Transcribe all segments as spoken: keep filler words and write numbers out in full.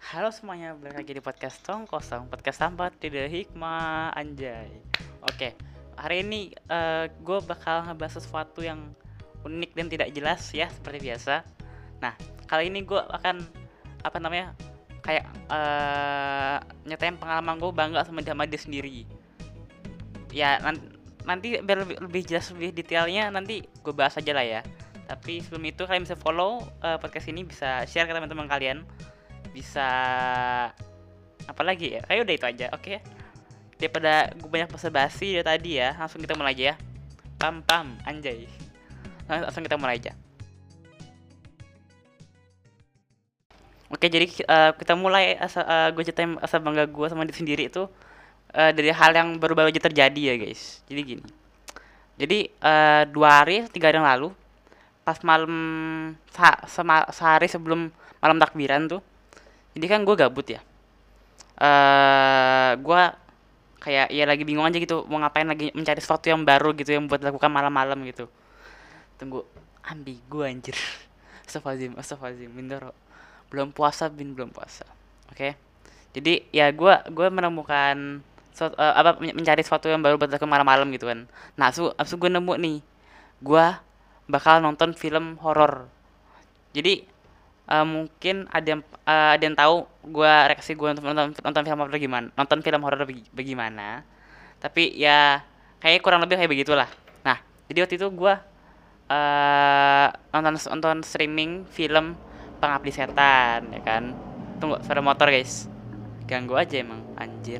Halo semuanya, balik lagi di podcast Tong Kosong, podcast tanpa tidak hikmah, anjay. Oke, hari ini gue bakal ngebahas sesuatu yang unik dan tidak jelas ya, seperti biasa. Nah, kali ini gue akan, apa namanya, kayak eh nyatain pengalaman gue bangga sama sama diri sendiri. Ya, nan- nanti biar lebih, lebih jelas, lebih detailnya, nanti gue bahas aja lah ya. Tapi sebelum itu kalian bisa follow eh, podcast ini, bisa share ke teman-teman kalian, bisa apalagi ya, kayak udah itu aja. Oke, daripada gue banyak basa-basi dari tadi ya, langsung kita mulai aja ya. Pam pam anjay. Nah, langsung kita mulai aja. Oke, jadi eh, kita mulai asa, eh, gue ceritain asa bangga gue sama diri sendiri itu eh, dari hal yang baru-baru aja terjadi ya guys. Jadi gini, jadi eh, dua hari tiga hari yang lalu, pas malam sa- sema- sehari sebelum malam takbiran tuh, jadi kan gue gabut ya. eh gue kayak ya lagi bingung aja gitu mau ngapain, lagi mencari sesuatu yang baru gitu yang buat dilakukan malam-malam gitu. Tunggu, ambigu anjir. Astagfirullahaladzim, astagfirullahaladzim, Bindoro. Belum puasa, Bin, belum puasa. Oke. Jadi ya gue gue menemukan suatu, eh, apa mencari sesuatu yang baru buat dilakukan malam-malam gitu kan. Nah, su, abis gue nemu nih, gue bakal nonton film horor. Jadi eh, mungkin ada yang eh, ada yang tahu gue reaksi gue nonton, nonton, nonton film horor gimana, nonton film horor bagi- bagaimana. Tapi ya kayak kurang lebih kayak begitulah. Nah, jadi waktu itu gue eh nonton nonton streaming film Pengabdi Setan ya kan. Tunggu, suara motor guys, ganggu aja emang anjir.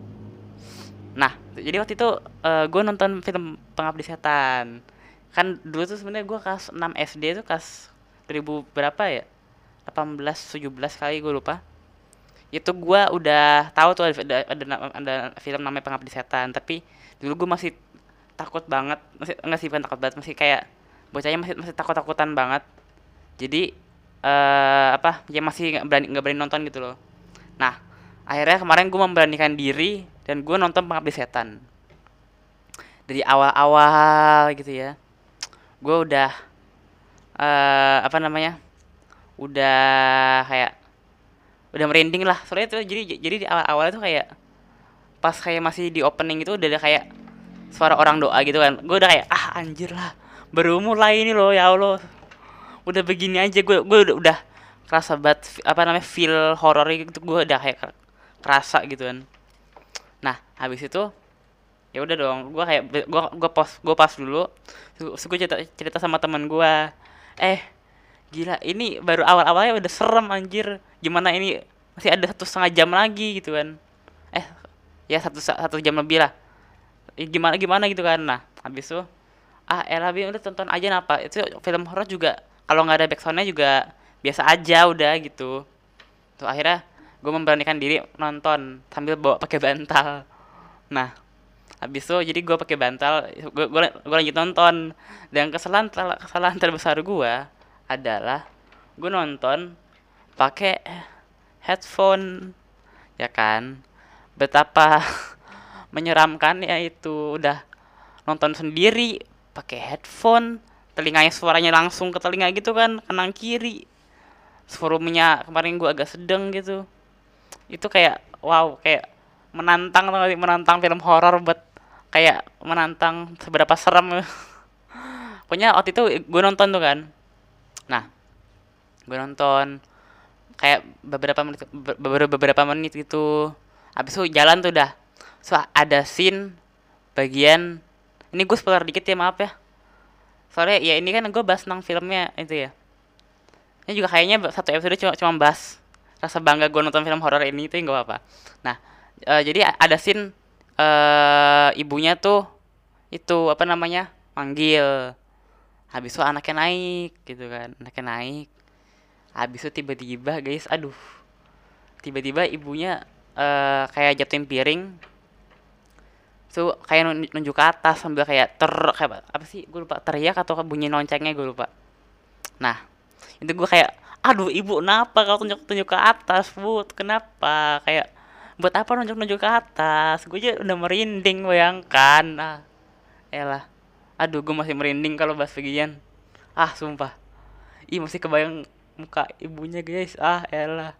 Nah, jadi waktu itu gue nonton film Pengabdi Setan. Kan dulu tuh sebenarnya gue kelas enam S D tuh, kelas dua ribu berapa ya, delapan belas tujuh belas kali gue lupa. Itu gue udah tahu tuh ada, ada, ada film namanya Pengabdi Setan, tapi dulu gue masih takut banget, masih enggak sih, bukan takut banget, masih kayak bocahnya masih masih takut-takutan banget. Jadi eh apa ya, masih nggak berani nggak berani nonton gitu loh. Nah, akhirnya kemarin gue memberanikan diri dan gue nonton Pengabdi Setan dari awal-awal gitu ya. Gue udah eh apa namanya, udah kayak udah merinding lah soalnya tuh. Jadi jadi di awal-awal itu kayak pas kayak masih di opening itu udah ada kayak suara orang doa gitu kan. Gue udah kayak ah anjir lah, baru mulai ini loh ya Allah, udah begini aja gue gue udah, udah kerasa banget apa namanya feel horor gitu. Gue udah kayak kerasa gitu kan. Nah, habis itu ya udah dong, gue kayak gue gue pos gue pas dulu. Terus gue cerita cerita sama teman gue, eh gila ini baru awal-awalnya udah serem anjir, gimana ini masih ada satu setengah jam lagi gitu kan. Eh ya satu satu jam lebih lah. Eh, gimana gimana gitu kan. Nah, habis itu ah elah Bi, udah tonton aja. Napa itu film horor juga kalau nggak ada backsoundnya juga biasa aja udah gitu. Tuh akhirnya gue memberanikan diri nonton sambil bawa pakai bantal. Nah, habis itu jadi gue pakai bantal, gue gue gue lanjut nonton. Dan kesalahan kesalahan terbesar gue adalah gue nonton pakai headphone ya kan. Betapa menyeramkan ya itu, udah nonton sendiri pakai headphone, telinganya suaranya langsung ke telinga gitu kan, kanan kiri. Volumenya kemarin gue agak sedang gitu. Itu kayak wow, kayak menantang tuh, menantang film horor buat kayak menantang seberapa serem. Pokoknya waktu itu gue nonton tuh kan. Nah, gue nonton kayak beberapa menit, beberapa beberapa menit gitu. Habis itu jalan tuh dah. So ada scene bagian, ini gue spoiler dikit ya, maaf ya. Soalnya ya ini kan gue bahas tentang filmnya itu ya. Ini juga kayaknya satu episode cuma cuma bahas rasa bangga gue nonton film horor ini, itu nggak apa-apa. Nah, eh, jadi ada scene eh ibunya tuh itu apa namanya manggil. Habis itu anaknya naik gitu kan, anaknya naik. Habis itu tiba-tiba guys, aduh, tiba-tiba ibunya eh kayak jatuhin piring. Tuh kayak nunjuk ke atas sambil kayak ter kayak apa sih, gue lupa, teriak atau bunyi loncengnya gue lupa. Nah, itu gue kayak aduh ibu, kenapa kau tunjuk tunjuk ke atas bu, kenapa kayak buat apa nunjuk nunjuk ke atas, gue aja udah merinding bayangkan. Ah elah, aduh gue masih merinding kalau bahas beginian. Ah sumpah, ih masih kebayang muka ibunya guys, ah elah.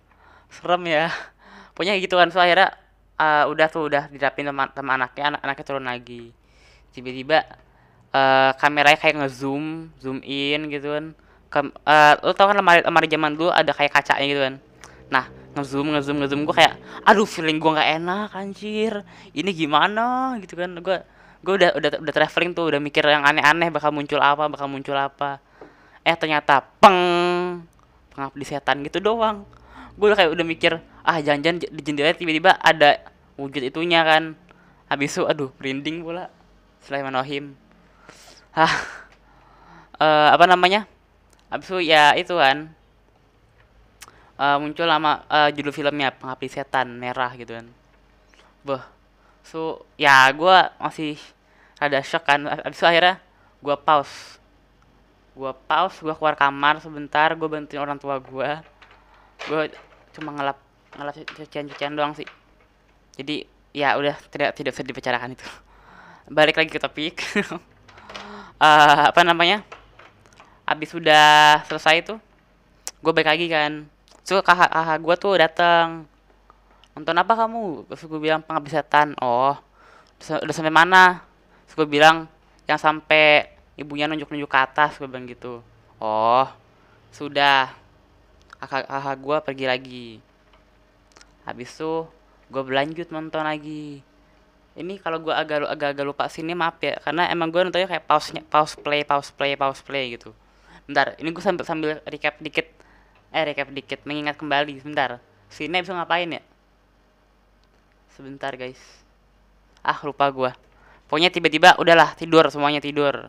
serem ya. Pokoknya gitu kan, so akhirnya eh, udah tuh udah dirapiin sama, sama anaknya, anak anaknya turun lagi. Tiba-tiba eh, kameranya kayak ngezoom zoom in gitu kan. Kem, eh, lo tau kan lemari lemari zaman dulu ada kayak kacanya gitu kan. Nah, ngezoom ngezoom ngezoom gue kayak aduh, feeling gue nggak enak anjir, ini gimana gitu kan. Gue gue udah udah udah traveling tuh, udah mikir yang aneh-aneh bakal muncul apa bakal muncul apa. Eh ternyata peng, pengabdi setan gitu doang. Gue udah kayak udah mikir, ah jangan-jangan di jendela tiba-tiba ada wujud itunya kan. Habis itu aduh merinding pula. Bismillahirrahmanirrahim. Hah, eh, apa namanya? Habis itu ya itu kan, eh, muncul nama eh, judul filmnya Pengabdi Setan Merah gitu kan. Beh, so ya gue masih rada shock kan. Habis itu akhirnya gue pause. Gue pause, gue keluar kamar sebentar, gue bantuin orang tua gue. Gue cuma ngelap ngelap cucian-cucian doang sih. Jadi ya udah, tidak tidak bisa dibicarakan itu. Balik lagi ke topik. Eh, apa namanya? Abis sudah selesai tuh, gue balik lagi kan. So kakak kakak gue tuh datang, nonton apa kamu? Terus gue bilang Pengabdi Setan. Oh, udah, udah sampai mana? Terus gue bilang yang sampai ibunya nunjuk-nunjuk ke atas, gue bilang gitu. Oh, sudah. Kakak kakak gue pergi lagi. Habis itu gue berlanjut nonton lagi. Ini kalau gue agak agak agak lupa sini maaf ya, karena emang gue nontonnya kayak pause pause play pause play pause play gitu. Bentar, ini gue sambil sambil recap dikit, eh recap dikit, mengingat kembali. Sebentar, sini bisa ngapain ya? Sebentar guys, ah lupa gue. Pokoknya tiba-tiba udahlah tidur, semuanya tidur.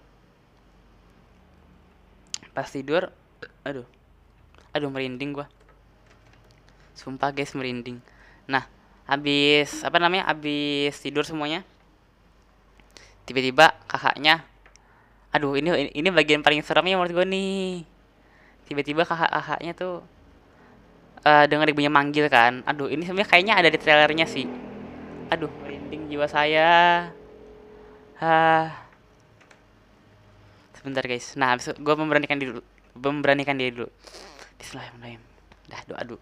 Pas tidur, aduh, aduh merinding gue. Sumpah guys merinding. Nah, habis apa namanya? Habis tidur semuanya, tiba-tiba kakaknya, aduh ini ini bagian paling seremnya menurut gue nih. Tiba-tiba kakak kakaknya tuh eh dengar ibunya manggil kan. Aduh, ini sebenarnya kayaknya ada di trailernya sih. Aduh, merinding jiwa saya. Hah, sebentar guys. Nah, habis gue memberanikan diri dulu. Memberanikan diri dulu. Bismillahirrahmanirrahim. Dah doa dulu.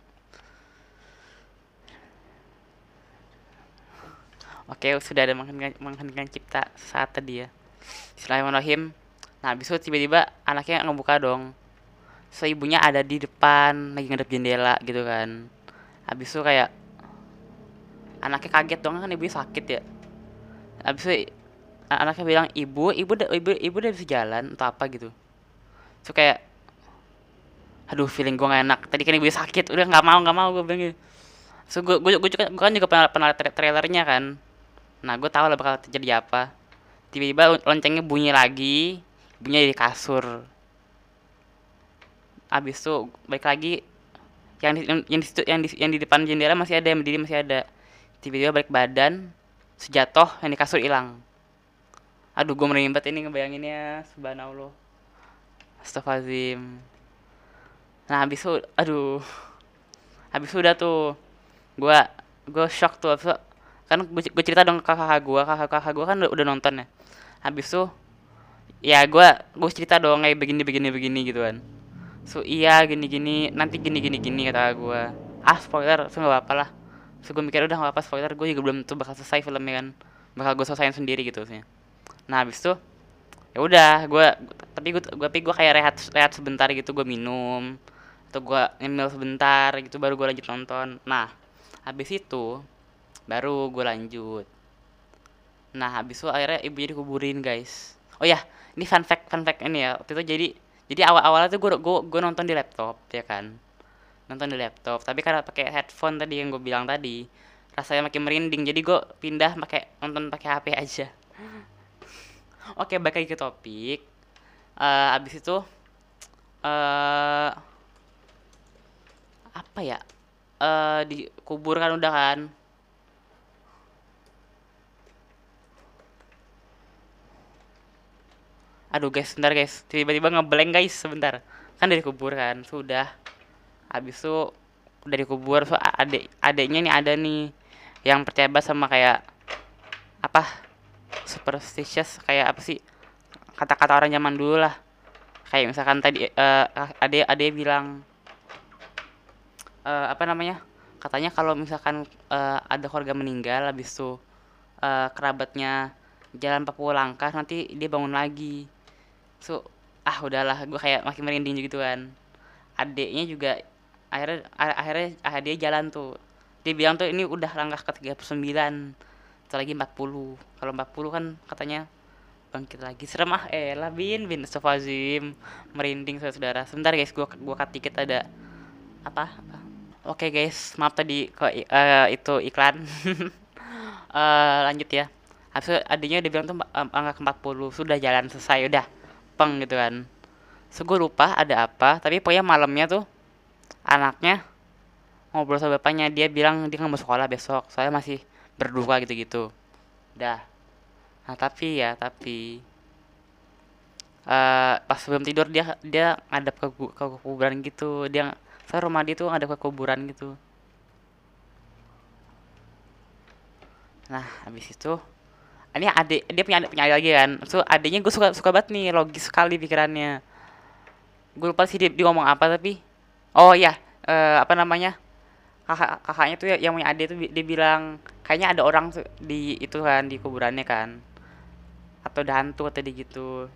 Oke, sudah ada mengheningkan cipta saat tadi ya. Bismillahirrahmanirrahim. Nah, habis itu tiba-tiba anaknya ngebuka dong. So, ibunya ada di depan, lagi ngadep jendela gitu kan. Habis itu kayak anaknya kaget dong, kan ibunya sakit ya. Habis itu anaknya bilang, ibu, ibu udah, ibu, ibu udah bisa jalan atau apa gitu. So kayak, aduh feeling gue gak enak. Tadi kan ibunya sakit, udah nggak mau nggak mau gue bilang gitu. So gue gue gue juga, gue kan juga pernah pernah liat trailernya kan. Nah gue tahu lah bakal terjadi apa. Tiba-tiba loncengnya bunyi lagi, bunyinya di kasur. Abis itu baik lagi, yang di, yang, yang di situ- yang di yang di depan jendela masih ada, yang berdiri masih ada. Tiba-tiba balik badan, sejatoh yang di kasur hilang. Aduh gue merinding banget ini ngebayanginnya, subhanallah. Astagfirullahaladzim. Nah habis itu, aduh, habis itu udah tuh, gue gue shock tuh. Habis itu, kan gue cerita dong ke kakak gue, kakak kakak gue kan udah, udah nonton ya. Habis itu ya gue gue cerita dong kayak begini begini begini gitu kan. So iya gini gini, nanti gini gini gini kata gue. Ah spoiler, so nggak apa-apa lah. So gue mikir udah nggak apa spoiler, gue juga belum tuh bakal selesai filmnya kan, bakal gue selesaiin sendiri gitu sih. Nah habis itu ya udah gue, tapi gue tapi gue kayak rehat rehat sebentar gitu, gue minum atau gue ngemil sebentar gitu, baru gue lanjut nonton. Nah habis itu baru gue lanjut. Nah habis itu akhirnya ibunya dikuburin guys. Oh ya, ini fun fact fun fact ini ya, waktu itu jadi jadi awal awalnya tuh gue gue gue nonton di laptop ya kan, nonton di laptop, tapi karena pakai headphone tadi yang gue bilang tadi, rasanya makin merinding, jadi gue pindah pakai nonton pakai H P aja. Oke, balik lagi ke topik. Eh abis itu eh apa ya? Eh dikubur kan udah kan. Aduh guys, sebentar guys. Tiba-tiba ngeblank guys, sebentar. Kan dari kubur kan, sudah. Habis itu udah dikubur, so adek adeknya nih ada nih yang percaya banget sama kayak apa? Superstitious kayak apa sih? Kata-kata orang zaman dulu lah. Kayak misalkan tadi eh adek adek bilang eh apa namanya? katanya kalau misalkan eh, ada keluarga meninggal habis itu eh, kerabatnya jalan empat puluh langkah nanti dia bangun lagi. So, ah udahlah, gue kayak makin merinding gitu kan. Adeknya juga akhirnya a- akhirnya ah, dia jalan tuh. Dia bilang tuh ini udah langkah ke tiga puluh sembilan. Satu lagi empat puluh. Kalau empat puluh kan katanya bangkit lagi. Serem ah, eh lah bin bin Astagfirullahaladzim. Merinding saudara. Sebentar guys, gua gua cut dikit ada apa? Apa? Oke guys, maaf tadi kok i- eh, itu iklan. Eh, lanjut ya. Habis itu adiknya dia bilang tuh eh, angka empat puluh sudah jalan selesai udah. Peng gitu kan. So gue lupa ada apa, tapi pokoknya malamnya tuh anaknya ngobrol sama bapaknya, dia bilang dia nggak mau sekolah besok, soalnya masih berduka gitu-gitu. Dah. Nah tapi ya, tapi eh pas sebelum tidur dia dia ngadep ke, gu- ke kuburan gitu. Dia saya rumah dia tuh ngadep ke kuburan gitu. Nah habis itu ini adik dia punya adik, punya adik lagi kan. So adiknya gue suka suka banget nih, logis sekali pikirannya. Gue lupa sih dia, dia ngomong apa tapi oh iya, eh, apa namanya, kakak kakaknya tuh ya- yang punya adik tuh bi- dia bilang kayaknya ada orang tuh di itu kan di kuburannya kan, atau ada hantu atau di gitu.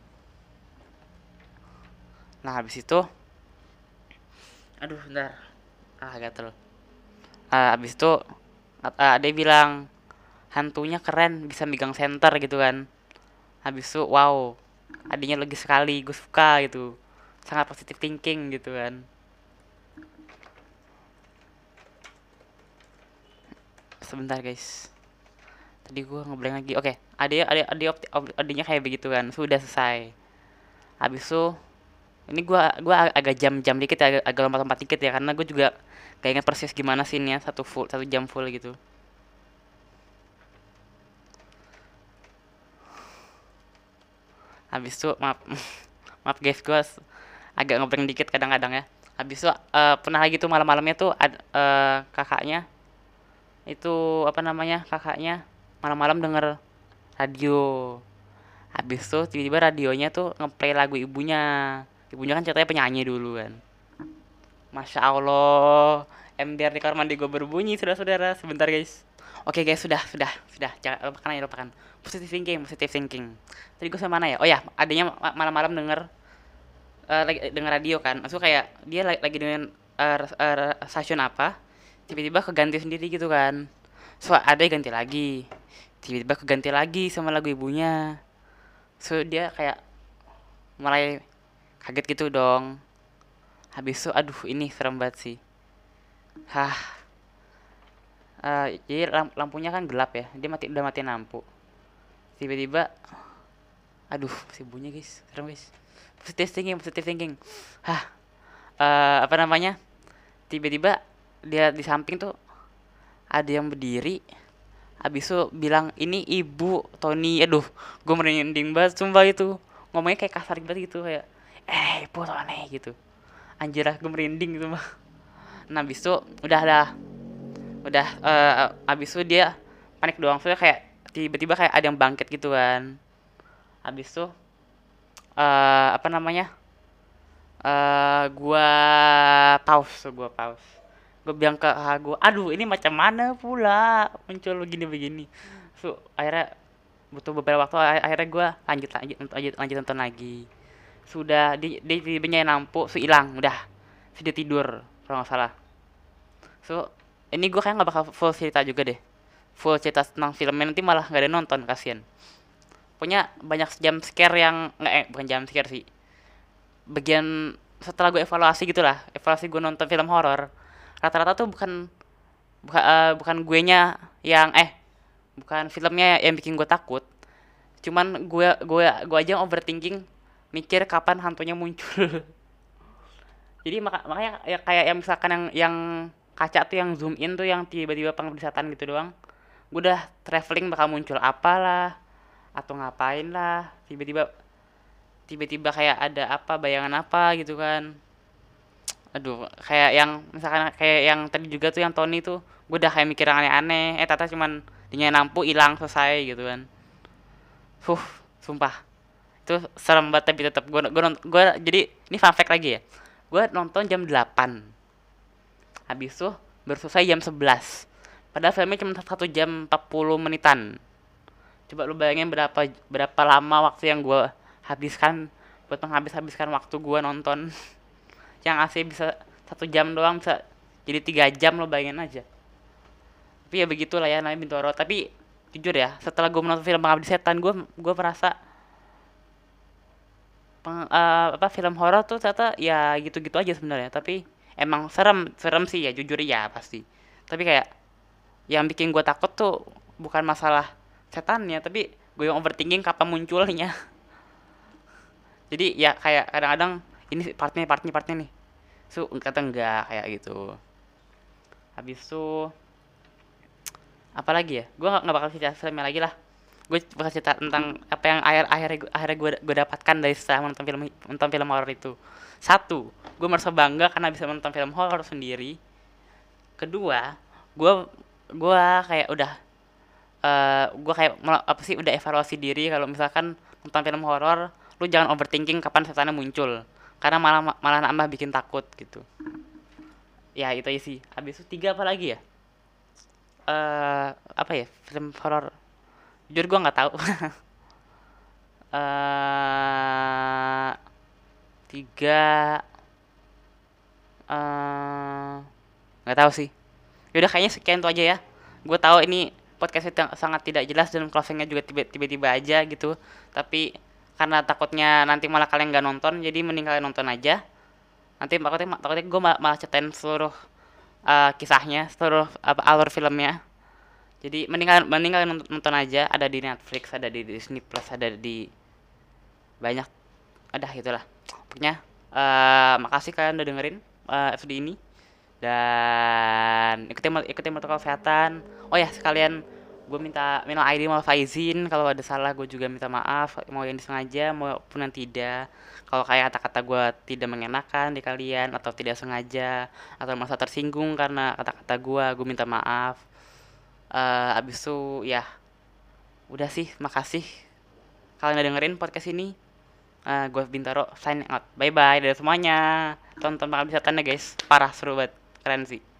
Nah habis itu aduh bentar, ah gatel. Ah, habis itu ah, dia bilang hantunya keren bisa megang senter gitu kan. Habis itu wow, adiknya lagi sekali, gue suka gitu, sangat positive thinking gitu kan. Sebentar guys, tadi gue ngeblank lagi. Oke, adik adik adik opti- op- adiknya kayak begitu kan, sudah selesai. Habis itu ini gua gua ag- agak jam-jam dikit ya, agak, agak lompat-lompat dikit ya karena gue juga gak ingat persis gimana scene-nya satu full satu jam full gitu. Habis itu maaf maaf guys, gue agak ngeblank dikit kadang-kadang ya. Habis itu eh, pernah lagi tuh malam-malamnya tuh ad- eh, kakaknya itu apa namanya, kakaknya malam-malam denger radio. Habis itu tiba-tiba radionya tuh ngeplay lagu ibunya. Ibunya kan ceritanya penyanyi dulu kan. Masya Allah, ember di kamar mandi gue berbunyi, saudara-saudara. Sebentar guys. Oke guys, sudah, sudah, sudah. Jangan lupakan aja, lupakan. Positive thinking, positive thinking. Tadi gue sama mana ya? Oh ya, adanya ma- malam-malam denger eh, lagi denger radio kan. Maksudnya kayak dia lagi, lagi dengan eh, res- eh, stasiun apa? Tiba-tiba keganti sendiri gitu kan. So ada yang ganti lagi. Tiba-tiba keganti lagi sama lagu ibunya. So dia kayak mulai kaget gitu dong. Habis itu aduh ini serem banget sih. Hah, eh, jadi lam- lampunya kan gelap ya. Dia mati udah mati lampu. Tiba-tiba aduh si bunyi guys, serem guys. Positive thinking, positive thinking. Hah, eh, apa namanya? Tiba-tiba dia di samping tuh ada yang berdiri. Habis itu bilang ini ibu Tony. Aduh, gue merinding banget sumpah itu. Ngomongnya kayak kasar banget gitu kayak eh ibu Tony gitu. Anjir lah gue merinding gitu mah. Nah, habis itu udah dah udah eh abis itu dia panik doang soalnya kayak tiba-tiba kayak ada yang bangkit gitu kan. Habis itu eh apa namanya, eh gua pause gua pause gue bilang ke kakak gua, aduh ini macam mana pula muncul begini-begini. So akhirnya butuh beberapa waktu, akhirnya gua lanjut lanjut lanjut, lanjut nonton lagi. Sudah di di tiba lampu su hilang udah, sudah tidur kalau nggak salah. So ini gue kayak nggak bakal full cerita juga deh, full cerita tentang filmnya nanti malah nggak ada nonton, kasian. Pokoknya banyak jump scare yang nggak, eh bukan jump scare sih, bagian setelah gue evaluasi gitulah, evaluasi gue nonton film horor, rata-rata tuh bukan buka, eh, bukan gue nya yang eh bukan filmnya yang bikin gue takut, cuman gue gue gue aja yang overthinking, mikir kapan hantunya muncul. Jadi maka, makanya ya kayak yang misalkan yang yang kaca tuh yang zoom in tuh yang tiba-tiba penglihatan gitu doang, gue udah traveling bakal muncul apalah atau ngapain lah, tiba-tiba tiba-tiba kayak ada apa bayangan apa gitu kan. Aduh kayak yang misalkan kayak yang tadi juga tuh yang Tony tuh, gue udah kayak mikir yang aneh-aneh, eh tata cuman dinyalain lampu hilang selesai gitu kan. Huh, sumpah itu serem banget, tapi tetap gue gue gue jadi ini fun fact lagi ya, gue nonton jam delapan. Habis tuh baru selesai jam sebelas. Padahal filmnya cuma satu jam empat puluh menitan. Coba lu bayangin berapa berapa lama waktu yang gue habiskan buat menghabis-habiskan waktu gue nonton. Yang asli bisa satu jam doang bisa jadi tiga jam, lo bayangin aja. Tapi ya begitulah ya namanya Bintoro. Tapi jujur ya, setelah gue menonton film Pengabdi Setan, gue gue merasa peng- eh, apa film horor tuh ternyata ya gitu-gitu aja sebenarnya. Tapi emang serem serem sih ya, jujur ya pasti. Tapi kayak yang bikin gue takut tuh bukan masalah setannya, tapi gue yang overthinking kapan munculnya. Jadi ya kayak kadang-kadang ini partnya partnya partnya nih, su kata enggak kayak gitu. Habis itu apa lagi ya, gue nggak nggak bakal cerita filmnya lagi lah. Gue bakal cerita tentang apa yang akhir akhirnya gue akhirnya gue gue dapatkan dari setelah menonton film menonton film horor itu. Satu, gue merasa bangga karena bisa menonton film horor sendiri. Kedua, gue gue kayak udah eh gue kayak mela- apa sih udah evaluasi diri kalau misalkan nonton film horor, lu jangan overthinking kapan setannya muncul, karena malah malah nambah bikin takut gitu. Ya itu aja sih. Habis itu tiga apa lagi ya, eh apa ya film horor, jujur gue nggak tahu. eh tiga, eh nggak tahu sih. Yaudah kayaknya sekian tuh aja ya. Gue tahu ini podcast itu sangat tidak jelas dan closingnya juga tiba- tiba-tiba aja gitu. Tapi karena takutnya nanti malah kalian nggak nonton, jadi mending kalian nonton aja. Nanti takutnya takutnya gue malah, malah ceritain seluruh eh, kisahnya, seluruh apa alur filmnya. Jadi mending kalian mending kalian nonton, nonton aja. Ada di Netflix, ada di Disney Plus, ada di banyak. Ada gitulah. Pokoknya eh makasih kalian udah dengerin eh, episode ini. Dan ikutin ikutin protokol kesehatan. Oh ya sekalian gue minta minal aidin wal faizin, kalau ada salah gue juga minta maaf, mau yang disengaja maupun yang tidak. Kalau kayak kata-kata gue tidak mengenakan di kalian atau tidak sengaja atau merasa tersinggung karena kata-kata gue gue minta maaf. Eh abis itu ya udah sih, makasih kalian udah dengerin podcast ini. Eh gue Bintaro sign out, bye bye dari semuanya. Tonton bakal bisa tanda guys, parah seru banget, keren sih.